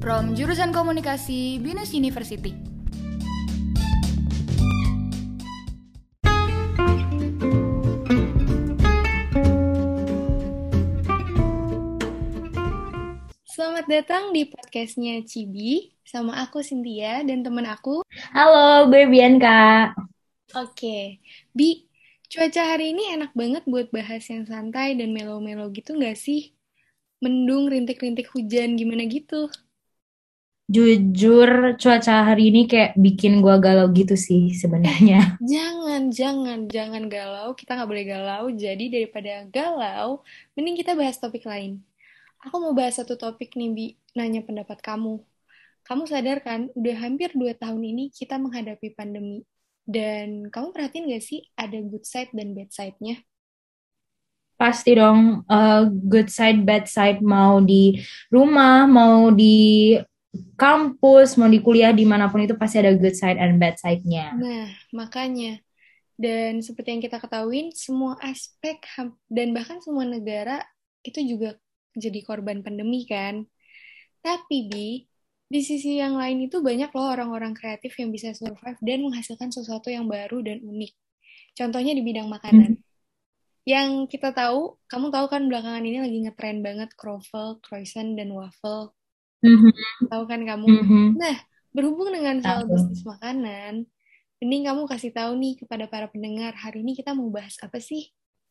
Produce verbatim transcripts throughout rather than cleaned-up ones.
from jurusan Komunikasi Binus University. Selamat datang di podcastnya Cibi sama aku Cynthia dan temen aku. Halo, gue Bianca. Oke, Bi, cuaca hari ini enak banget buat bahas yang santai dan melo-melo gitu nggak sih? Mendung, rintik-rintik hujan, gimana gitu? Jujur, cuaca hari ini kayak bikin gue galau gitu sih Eh, sebenarnya. jangan, jangan, jangan galau. Kita nggak boleh galau. Jadi daripada galau, mending kita bahas topik lain. Aku mau bahas satu topik nih, Bi. Nanya pendapat kamu. Kamu sadar kan, udah hampir dua tahun ini kita menghadapi pandemi. Dan kamu perhatiin gak sih ada good side dan bad side-nya? Pasti dong, eh, good side, bad side, mau di rumah, mau di kampus, mau di kuliah, dimanapun itu pasti ada good side and bad side-nya. Nah, makanya. Dan seperti yang kita ketahui, semua aspek ham- dan bahkan semua negara itu juga jadi korban pandemi kan. Tapi Bi, di sisi yang lain itu banyak loh orang-orang kreatif yang bisa survive dan menghasilkan sesuatu yang baru dan unik. Contohnya di bidang makanan. Mhm. Yang kita tahu, kamu tahu kan belakangan ini lagi ngetren banget croffle, croissant, dan waffle. Mhm. Tahu kan kamu? Mhm. Nah, berhubung dengan soal Tahu. bisnis makanan, mending kamu kasih tahu nih kepada para pendengar, hari ini kita mau bahas apa sih?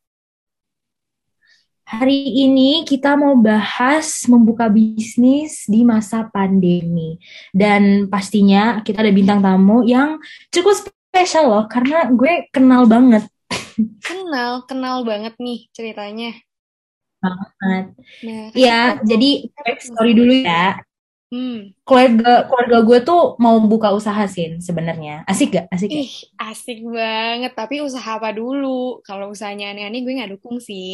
Hari ini kita mau bahas membuka bisnis di masa pandemi. Dan pastinya kita ada bintang tamu yang cukup spesial loh, karena gue kenal banget. Kenal, kenal banget nih ceritanya. Banget. Nah, Iya, kasih tahu. jadi Siapa tuh? backstory dulu ya. Hmm, Keluarga keluarga gue tuh mau buka usaha sih sebenarnya. Asik gak? Asik ya? ih, asik banget. Tapi usaha apa dulu? Kalau usahanya aneh-aneh, gue nggak dukung sih.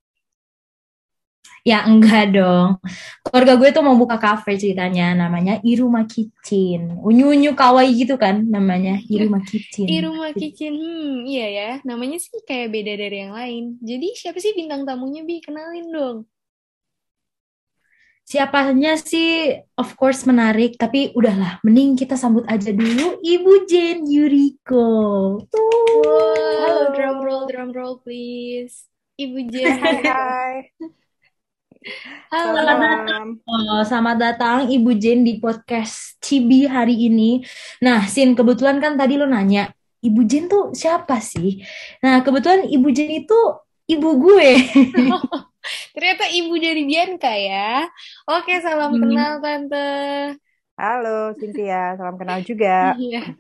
Ya enggak dong. Keluarga gue tuh mau buka cafe ceritanya. Namanya Iruma Kitchen. Unyu-unyu kawaii gitu kan namanya. Iruma Kitchen. Di rumah kitchen, hmm, iya ya. Namanya sih kayak beda dari yang lain. Jadi siapa sih bintang tamunya, Bi? Kenalin dong. Siapanya sih of course menarik. Tapi udahlah. Mending kita sambut aja dulu Ibu Jane Yuriko. Tuh. Wow, drum roll, Halo, drum roll, please. Ibu Jen hai Yuriko. hai, selamat Selamat Halo. datang. malam. Oh, selamat datang Ibu Jane di podcast Cibi hari ini. Nah, Sin, kebetulan kan tadi lo nanya, Ibu Jane tuh siapa sih? Nah, kebetulan Ibu Jane itu ibu gue. Ternyata ibu dari Bianca ya. Oke, salam Hmm. kenal Tante. Halo Cynthia, salam kenal juga. Iya.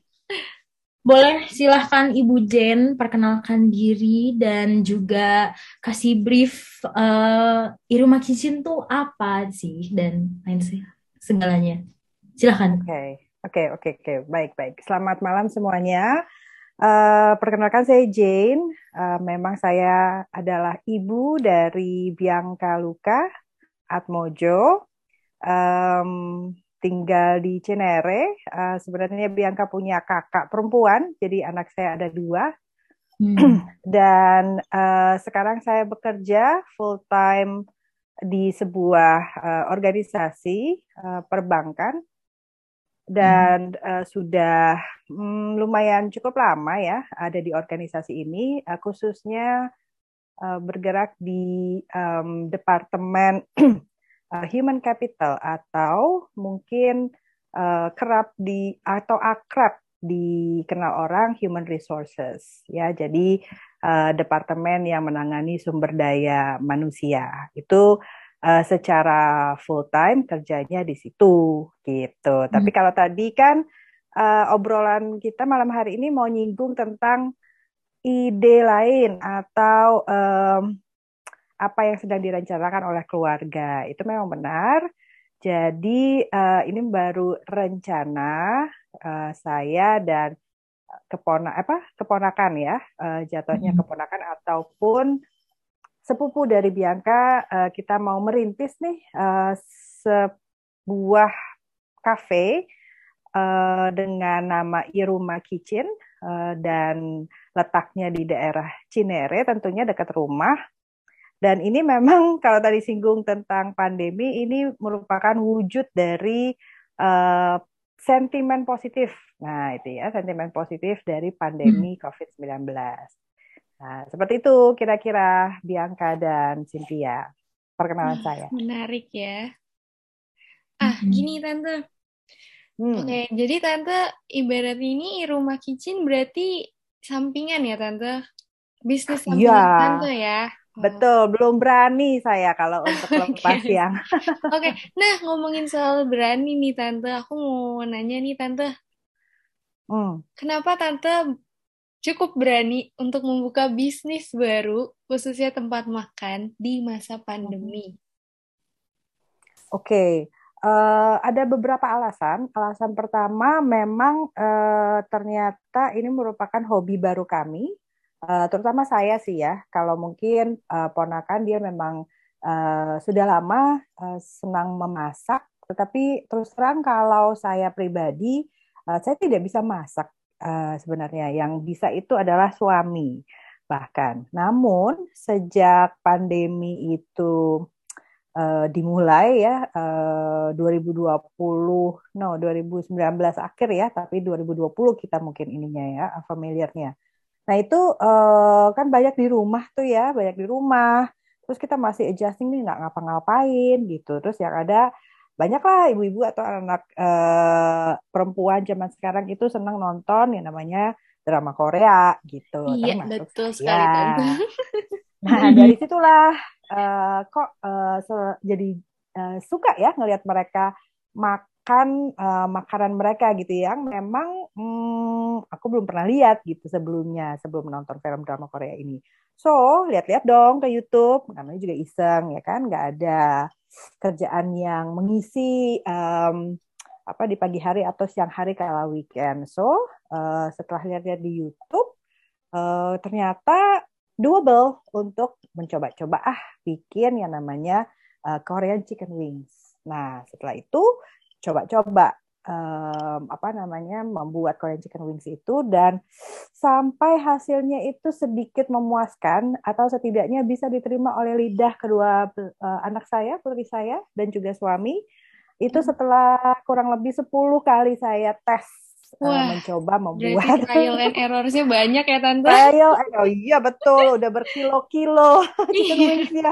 Boleh silahkan Ibu Jane perkenalkan diri dan juga kasih brief eh Iruma Kitchen tuh apa sih dan lain sih segalanya. Silahkan. Oke, oke, oke, oke, baik, baik. Selamat malam semuanya. Eh, perkenalkan saya Jane. Eh, memang saya adalah ibu dari Bianca Luka Atmojo. Em, tinggal di Cinere. Eh, sebenarnya Bianca punya kakak perempuan, jadi anak saya ada dua. Hmm. Dan eh, sekarang saya bekerja full time di sebuah eh, organisasi eh, perbankan Hmm. dan eh, sudah mm, lumayan cukup lama ya ada di organisasi ini, eh, khususnya eh, bergerak di em, departemen eh, human capital atau mungkin eh, kerap di atau akrab dikenal orang human resources ya. Jadi eh, departemen yang menangani sumber daya manusia itu eh, secara full time kerjanya di situ gitu. Tapi Hmm. kalau tadi kan eh, obrolan kita malam hari ini mau nyinggung tentang ide lain atau em, apa yang sedang direncanakan oleh keluarga. Itu memang benar. Jadi eh, ini baru rencana eh, saya dan kepona apa keponakan ya, eh, jatuhnya Hmm. keponakan ataupun sepupu dari Bianca, eh, kita mau merintis nih eh, sebuah kafe eh, dengan nama Iruma Kitchen eh, dan letaknya di daerah Cinere, tentunya dekat rumah. Dan ini memang kalau tadi singgung tentang pandemi, ini merupakan wujud dari uh, sentimen positif. Nah, itu ya, sentimen positif dari pandemi covid sembilan belas. Nah, seperti itu kira-kira Bianca dan Cynthia. Perkenalan Wah, saya. menarik ya. Ah, gini Tante. Hmm. Oke, jadi Tante ibarat ini Rumah Kitchen berarti sampingan ya Tante? Bisnis Iya, sampingan Tante ya? Oh, betul. Belum berani saya kalau untuk oke. lepas siang. Oke, nah ngomongin soal berani nih Tante, aku mau nanya nih Tante, Hmm. kenapa Tante cukup berani untuk membuka bisnis baru, khususnya tempat makan di masa pandemi? Oke, eh, ada beberapa alasan. Alasan pertama memang eh, ternyata ini merupakan hobi baru kami, Eh, terutama saya sih ya. Kalau mungkin eh, ponakan dia memang eh, sudah lama eh, senang memasak, tetapi terus terang kalau saya pribadi, eh, saya tidak bisa masak eh, sebenarnya. Yang bisa itu adalah suami bahkan. Namun sejak pandemi itu uh, dimulai ya uh, dua ribu dua puluh no dua ribu sembilan belas akhir ya, tapi dua ribu dua puluh kita mungkin ininya ya familiarnya. Nah itu uh, kan banyak di rumah tuh ya, banyak di rumah. Terus kita masih adjusting nih nggak ngapa-ngapain gitu. Terus yang ada banyaklah ibu-ibu atau anak uh, perempuan zaman sekarang itu senang nonton yang namanya drama Korea gitu, Iya, termasuk betul saya. sekali Tante. Nah, dari situlah uh, kok uh, se- jadi uh, suka ya ngelihat mereka makan uh, makanan mereka gitu yang memang hmm, aku belum pernah lihat gitu sebelumnya sebelum menonton film drama Korea ini. So, lihat-lihat dong ke YouTube, namanya juga iseng ya kan, nggak ada kerjaan yang mengisi um, apa di pagi hari atau siang hari kalau weekend. So, uh, setelah lihat-lihat di YouTube, uh, ternyata doable untuk mencoba-coba ah bikin yang namanya uh, Korean chicken wings. Nah, setelah itu coba-coba um, apa namanya membuat Korean chicken wings itu dan sampai hasilnya itu sedikit memuaskan atau setidaknya bisa diterima oleh lidah kedua uh, anak saya, putri saya dan juga suami. Itu setelah kurang lebih sepuluh kali saya tes uh, Wah, mencoba berarti membuat trial and error-nya banyak ya Tante? trial, oh iya betul, udah berkilo-kilo chicken Iya. wings ya.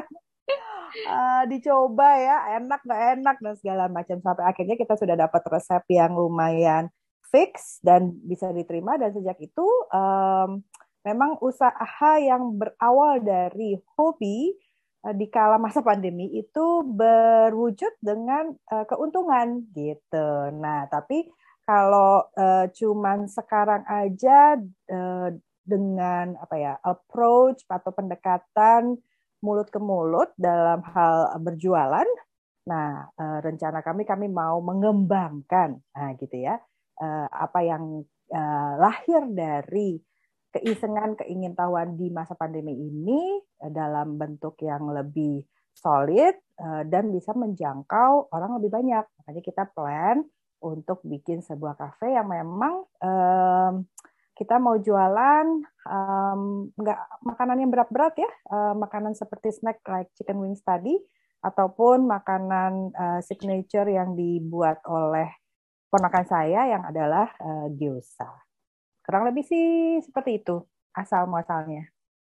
Uh, dicoba ya, enak nggak enak dan segala macam sampai akhirnya kita sudah dapat resep yang lumayan fix dan bisa diterima dan sejak itu um, memang usaha yang berawal dari hobi uh, di kala masa pandemi itu berwujud dengan uh, keuntungan gitu. Nah, tapi kalau uh, cuman sekarang aja uh, dengan apa ya approach atau pendekatan mulut ke mulut dalam hal berjualan. Nah, eh, rencana kami kami mau mengembangkan, nah gitu ya, eh, apa yang eh, lahir dari keisengan, keingintahuan di masa pandemi ini eh, dalam bentuk yang lebih solid eh, dan bisa menjangkau orang lebih banyak. Makanya kita plan untuk bikin sebuah kafe yang memang eh, kita mau jualan um, nggak makanan yang berat-berat ya, uh, makanan seperti snack like chicken wings tadi, ataupun makanan uh, signature yang dibuat oleh ponakan saya yang adalah uh, gyoza. Kurang lebih sih seperti itu asal muasalnya.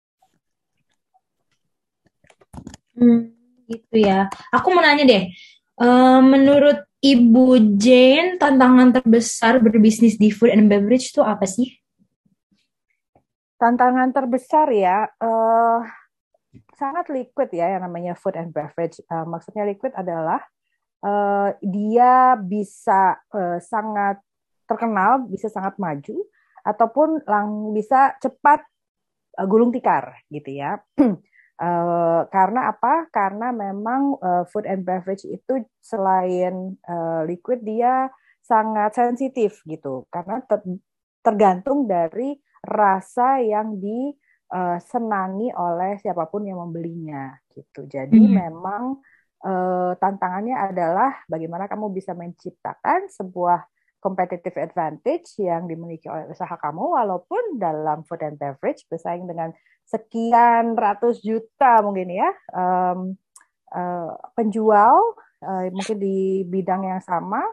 Hmm, gitu ya. Aku mau nanya deh, eh, menurut Ibu Jane, tantangan terbesar berbisnis di food and beverage itu apa sih? Tantangan terbesar ya, uh, sangat liquid ya yang namanya food and beverage. Uh, maksudnya liquid adalah uh, dia bisa uh, sangat terkenal, bisa sangat maju, ataupun lang bisa cepat uh, gulung tikar gitu ya. Uh, karena apa? Karena memang uh, food and beverage itu selain uh, liquid dia sangat sensitif gitu. Karena ter tergantung dari rasa yang disenangi oleh siapapun yang membelinya gitu. Jadi Hmm. memang uh, tantangannya adalah bagaimana kamu bisa menciptakan sebuah competitive advantage yang dimiliki oleh usaha kamu walaupun dalam food and beverage bersaing dengan sekian ratus juta mungkin ya um, uh, penjual uh, mungkin di bidang yang sama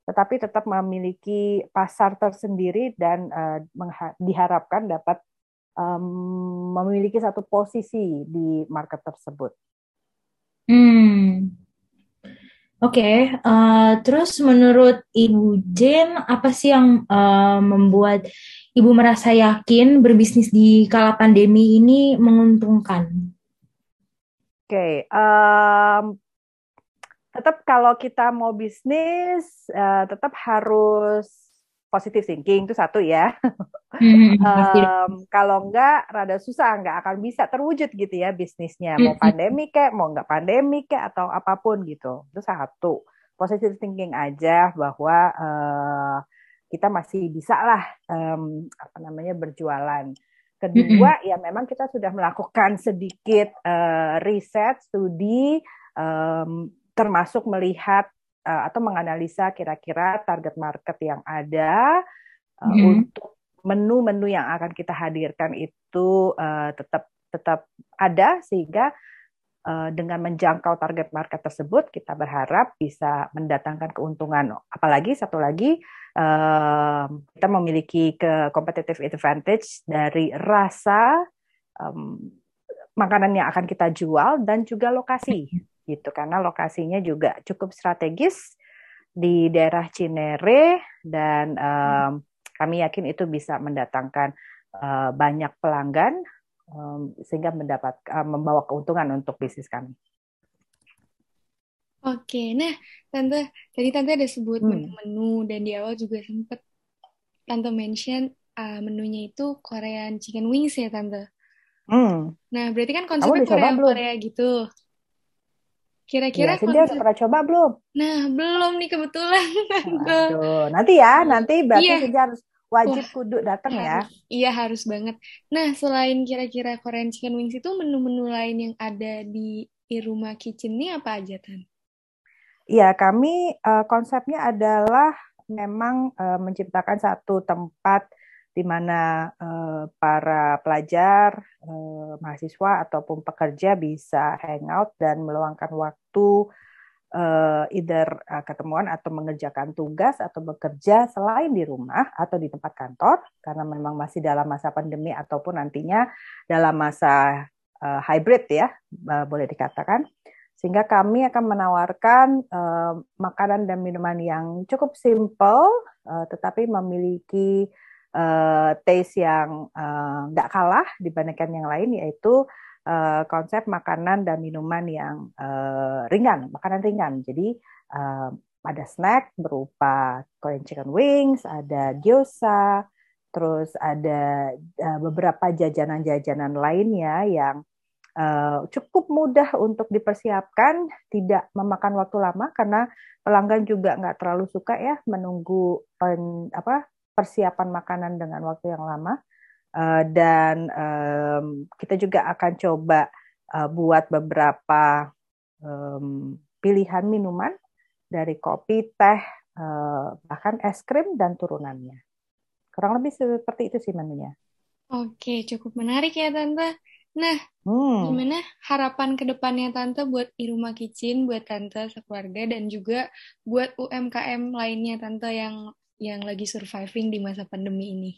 tetapi tetap memiliki pasar tersendiri dan uh, diharapkan dapat um, memiliki satu posisi di market tersebut. Hmm. Oke, okay. uh, terus menurut Ibu Jen, apa sih yang uh, membuat Ibu merasa yakin berbisnis di kala pandemi ini menguntungkan? Oke, okay. um, tetap kalau kita mau bisnis, uh, tetap harus positive thinking, itu satu ya. Hmm, um, kalau enggak, rada susah, enggak akan bisa terwujud gitu ya bisnisnya. Mau pandemi kek, mau enggak pandemi kek, atau apapun gitu. Itu satu. Positive thinking aja bahwa uh, kita masih bisa lah um, apa namanya berjualan. Kedua, ya memang kita sudah melakukan sedikit uh, riset, studi, um, termasuk melihat uh, atau menganalisa kira-kira target market yang ada uh, mm-hmm. untuk menu-menu yang akan kita hadirkan itu uh, tetap tetap ada sehingga uh, dengan menjangkau target market tersebut kita berharap bisa mendatangkan keuntungan. Apalagi satu lagi uh, kita memiliki ke competitive advantage dari rasa um, makanan yang akan kita jual dan juga lokasi gitu karena lokasinya juga cukup strategis di daerah Cinere dan um, kami yakin itu bisa mendatangkan uh, banyak pelanggan um, sehingga mendapat uh, membawa keuntungan untuk bisnis kami. Oke, nah Tante, tadi Tante ada sebut hmm. menu-menu dan di awal juga sempat Tante mention uh, menunya itu Korean chicken wings ya Tante. Hmm. Nah berarti kan konsepnya Korea-Korea gitu. Kira-kira ya, Cynthia udah pernah coba belum? Nah, belum nih kebetulan. Aduh, nanti ya, nanti berarti iya. Cynthia harus wajib Wah, kudu datang ya. Iya, harus banget. Nah, selain kira-kira Korean chicken wings itu menu-menu lain yang ada di Iruma Kitchen ini apa aja, Tan? Iya, kami uh, konsepnya adalah memang uh, menciptakan satu tempat di mana uh, para pelajar, uh, mahasiswa ataupun pekerja bisa hangout dan meluangkan waktu uh, either uh, ketemuan atau mengerjakan tugas atau bekerja selain di rumah atau di tempat kantor karena memang masih dalam masa pandemi ataupun nantinya dalam masa uh, hybrid ya, uh, boleh dikatakan. Sehingga kami akan menawarkan uh, makanan dan minuman yang cukup simple uh, tetapi memiliki Uh, taste yang nggak uh, kalah dibandingkan yang lain yaitu uh, konsep makanan dan minuman yang uh, ringan, makanan ringan. Jadi uh, ada snack berupa Korean chicken wings, ada gyoza, terus ada uh, beberapa jajanan-jajanan lainnya yang uh, cukup mudah untuk dipersiapkan, tidak memakan waktu lama karena pelanggan juga nggak terlalu suka ya menunggu pen, apa persiapan makanan dengan waktu yang lama uh, dan um, kita juga akan coba uh, buat beberapa um, pilihan minuman dari kopi, teh, uh, bahkan es krim dan turunannya. Kurang lebih seperti itu sih menunya. Oke, cukup menarik ya Tante. Nah, hmm. gimana harapan ke depannya Tante buat Iruma Kitchen, buat Tante sekeluarga dan juga buat U M K M lainnya Tante yang yang lagi surviving di masa pandemi ini?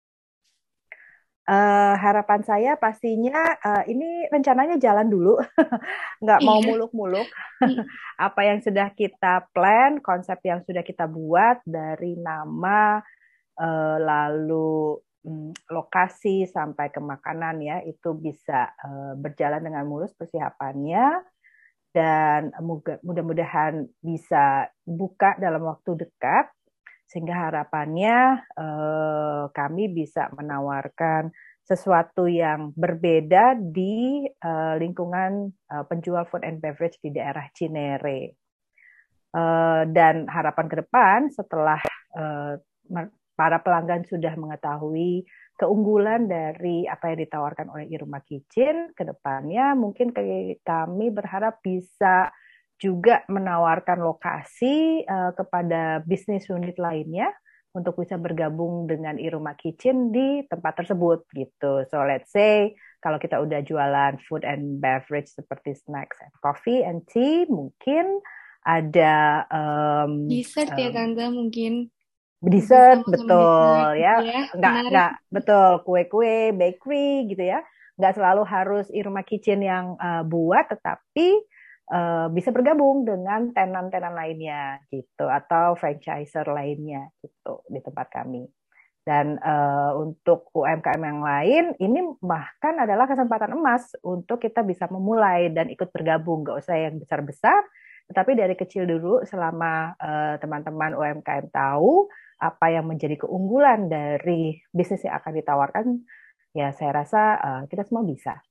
Uh, harapan saya pastinya uh, ini rencananya jalan dulu, nggak mau muluk-muluk. Apa yang sudah kita plan, konsep yang sudah kita buat dari nama, uh, lalu um, lokasi sampai ke makanan ya, itu bisa uh, berjalan dengan mulus persiapannya dan mudah-mudahan bisa buka dalam waktu dekat. Sehingga harapannya eh, kami bisa menawarkan sesuatu yang berbeda di eh, lingkungan eh, penjual food and beverage di daerah Cinere. Eh, dan harapan ke depan setelah eh, para pelanggan sudah mengetahui keunggulan dari apa yang ditawarkan oleh Iruma Kitchen, ke depannya mungkin kami berharap bisa juga menawarkan lokasi uh, kepada bisnis unit lainnya untuk bisa bergabung dengan Iruma Kitchen di tempat tersebut gitu. So let's say kalau kita udah jualan food and beverage seperti snacks and coffee and tea, mungkin ada um, dessert ya um, Tante mungkin. dessert, Sama-sama betul dessert, ya, gitu ya. nggak Menarik. nggak betul kue-kue, bakery gitu ya, nggak selalu harus Iruma Kitchen yang uh, buat, tetapi uh, bisa bergabung dengan tenan-tenan lainnya gitu atau franchiser lainnya gitu di tempat kami. Dan uh, untuk U M K M yang lain, ini bahkan adalah kesempatan emas untuk kita bisa memulai dan ikut bergabung, nggak usah yang besar-besar, tetapi dari kecil dulu selama uh, teman-teman U M K M tahu apa yang menjadi keunggulan dari bisnis yang akan ditawarkan, ya saya rasa uh, kita semua bisa.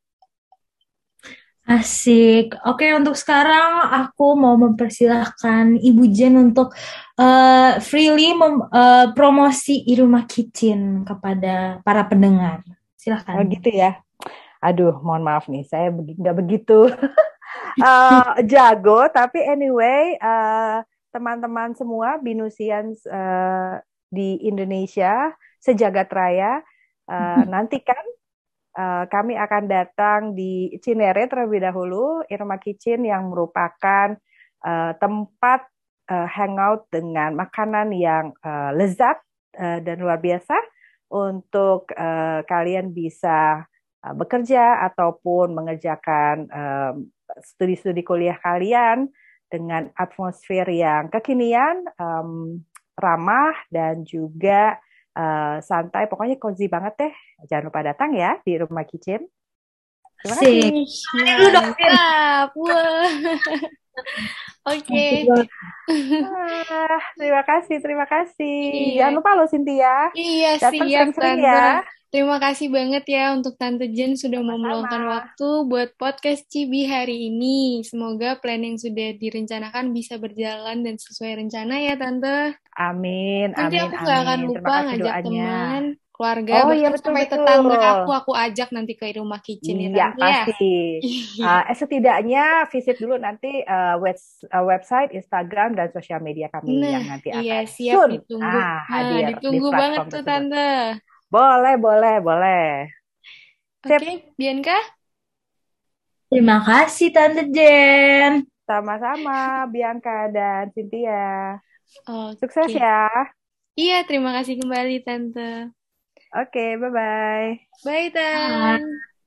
Asik. Oke, untuk sekarang aku mau mempersilahkan Ibu Jen untuk uh, freely mem- uh, promosi Iruma Kitchen kepada para pendengar. Silahkan. Oh gitu ya. Aduh, mohon maaf nih, saya nggak begitu uh, jago, tapi anyway, uh, teman-teman semua Binusians uh, di Indonesia sejagat raya, uh, nantikan uh, kami akan datang di Cinere terlebih dahulu, Iruma Kitchen yang merupakan uh, tempat uh, hangout dengan makanan yang uh, lezat uh, dan luar biasa untuk uh, kalian bisa uh, bekerja ataupun mengerjakan um, studi-studi kuliah kalian dengan atmosfer yang kekinian, um, ramah, dan juga uh, santai. Pokoknya cozy banget deh. Jangan lupa datang ya di Iruma Kitchen. Terima kasih. Mantap. Wah. Oke. Ah, terima kasih, terima kasih. Iya. Jangan lupa loh Cynthia. Iya, datang siap sering-sering Tante. ya. Terima kasih banget ya untuk Tante Jen sudah Sama-sama. mau meluangkan waktu buat podcast Cibi hari ini. Semoga plan yang sudah direncanakan bisa berjalan dan sesuai rencana ya Tante. Amin, Nanti amin, aku gak akan amin. lupa Terima kasih ngajak doanya. teman, keluarga, Oh bahkan iya, betul, sampai betul. tetangga aku, aku ajak nanti ke Iruma Kitchen ya Iya, Tante ya. pasti. Uh, eh, setidaknya visit dulu nanti uh, web, uh, website, Instagram, dan sosial media kami Nah, yang nanti iya akan siap soon ditunggu. ah, Nah, hadir di ditunggu banget platform tuh tersebut. Tante. Boleh, boleh, boleh. Oke, Sip. okay, Bianca? Terima kasih Tante Jen. Sama-sama, Bianca dan Cynthia. Okay. Sukses ya. Iya, terima kasih kembali Tante. Oke, okay, bye-bye. Bye, Tan.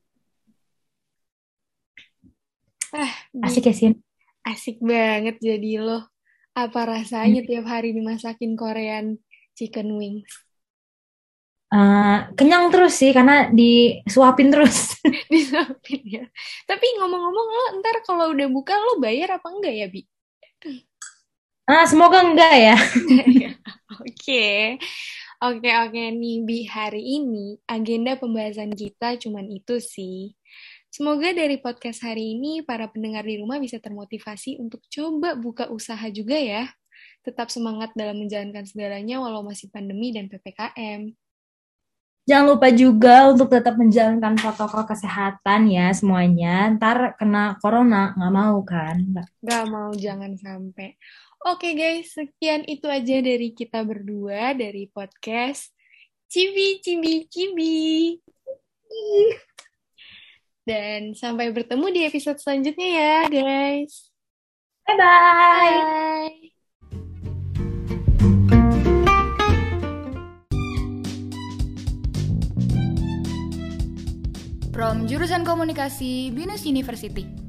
Ah, asik ya, Sin? Asik banget jadi lo. Apa rasanya hmm. tiap hari dimasakin Korean chicken wings? Uh, kenyang terus sih, karena disuapin terus. Disuapin ya. Tapi ngomong-ngomong, lo ntar kalau udah buka, lo bayar apa enggak ya, Bi? Ah, semoga enggak ya. Oke. Oke, oke nih, Bi. Hari ini agenda pembahasan kita cuman itu sih. Semoga dari podcast hari ini, para pendengar di rumah bisa termotivasi untuk coba buka usaha juga ya. Tetap semangat dalam menjalankan segalanya walau masih pandemi dan P P K M. Jangan lupa juga untuk tetap menjalankan protokol kesehatan ya semuanya. Ntar kena corona, nggak mau kan? Nggak. Nggak mau, jangan sampai. Oke guys, sekian itu aja dari kita berdua dari podcast Cibi, Cibi, Cibi. Dan sampai bertemu di episode selanjutnya ya guys. Bye-bye. Bye. From Jurusan Komunikasi Binus University.